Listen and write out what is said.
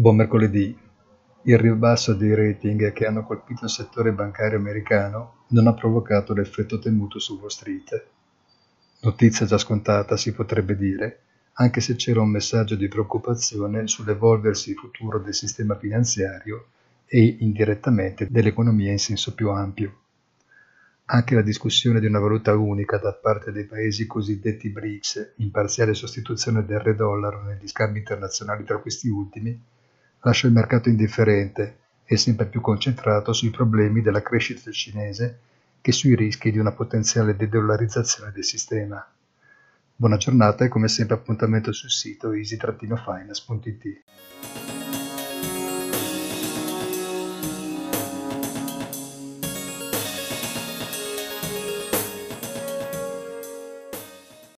Buon mercoledì. Il ribasso dei rating che hanno colpito il settore bancario americano non ha provocato l'effetto temuto su Wall Street. Notizia già scontata, si potrebbe dire, anche se c'era un messaggio di preoccupazione sull'evolversi futuro del sistema finanziario e, indirettamente, dell'economia in senso più ampio. Anche la discussione di una valuta unica da parte dei paesi cosiddetti BRICS, in parziale sostituzione del re dollaro negli scambi internazionali tra questi ultimi, lascia il mercato indifferente e sempre più concentrato sui problemi della crescita cinese che sui rischi di una potenziale de-dollarizzazione del sistema. Buona giornata e come sempre appuntamento sul sito easy-finance.it.